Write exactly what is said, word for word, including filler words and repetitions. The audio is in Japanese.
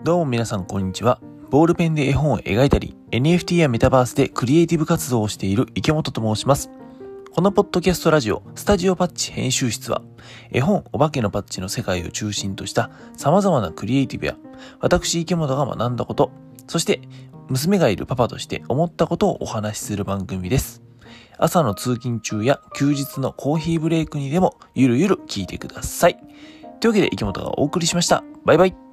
どうも皆さんこんにちは。ボールペンで絵本を描いたり エヌエフティー やメタバースでクリエイティブ活動をしている池本と申します。このポッドキャストラジオスタジオパッチ編集室は絵本お化けのパッチの世界を中心とした様々なクリエイティブや私池本が学んだこと、そして娘がいるパパとして思ったことをお話しする番組です。朝の通勤中や休日のコーヒーブレイクにでもゆるゆる聞いてください。というわけで池本がお送りしました。バイバイ。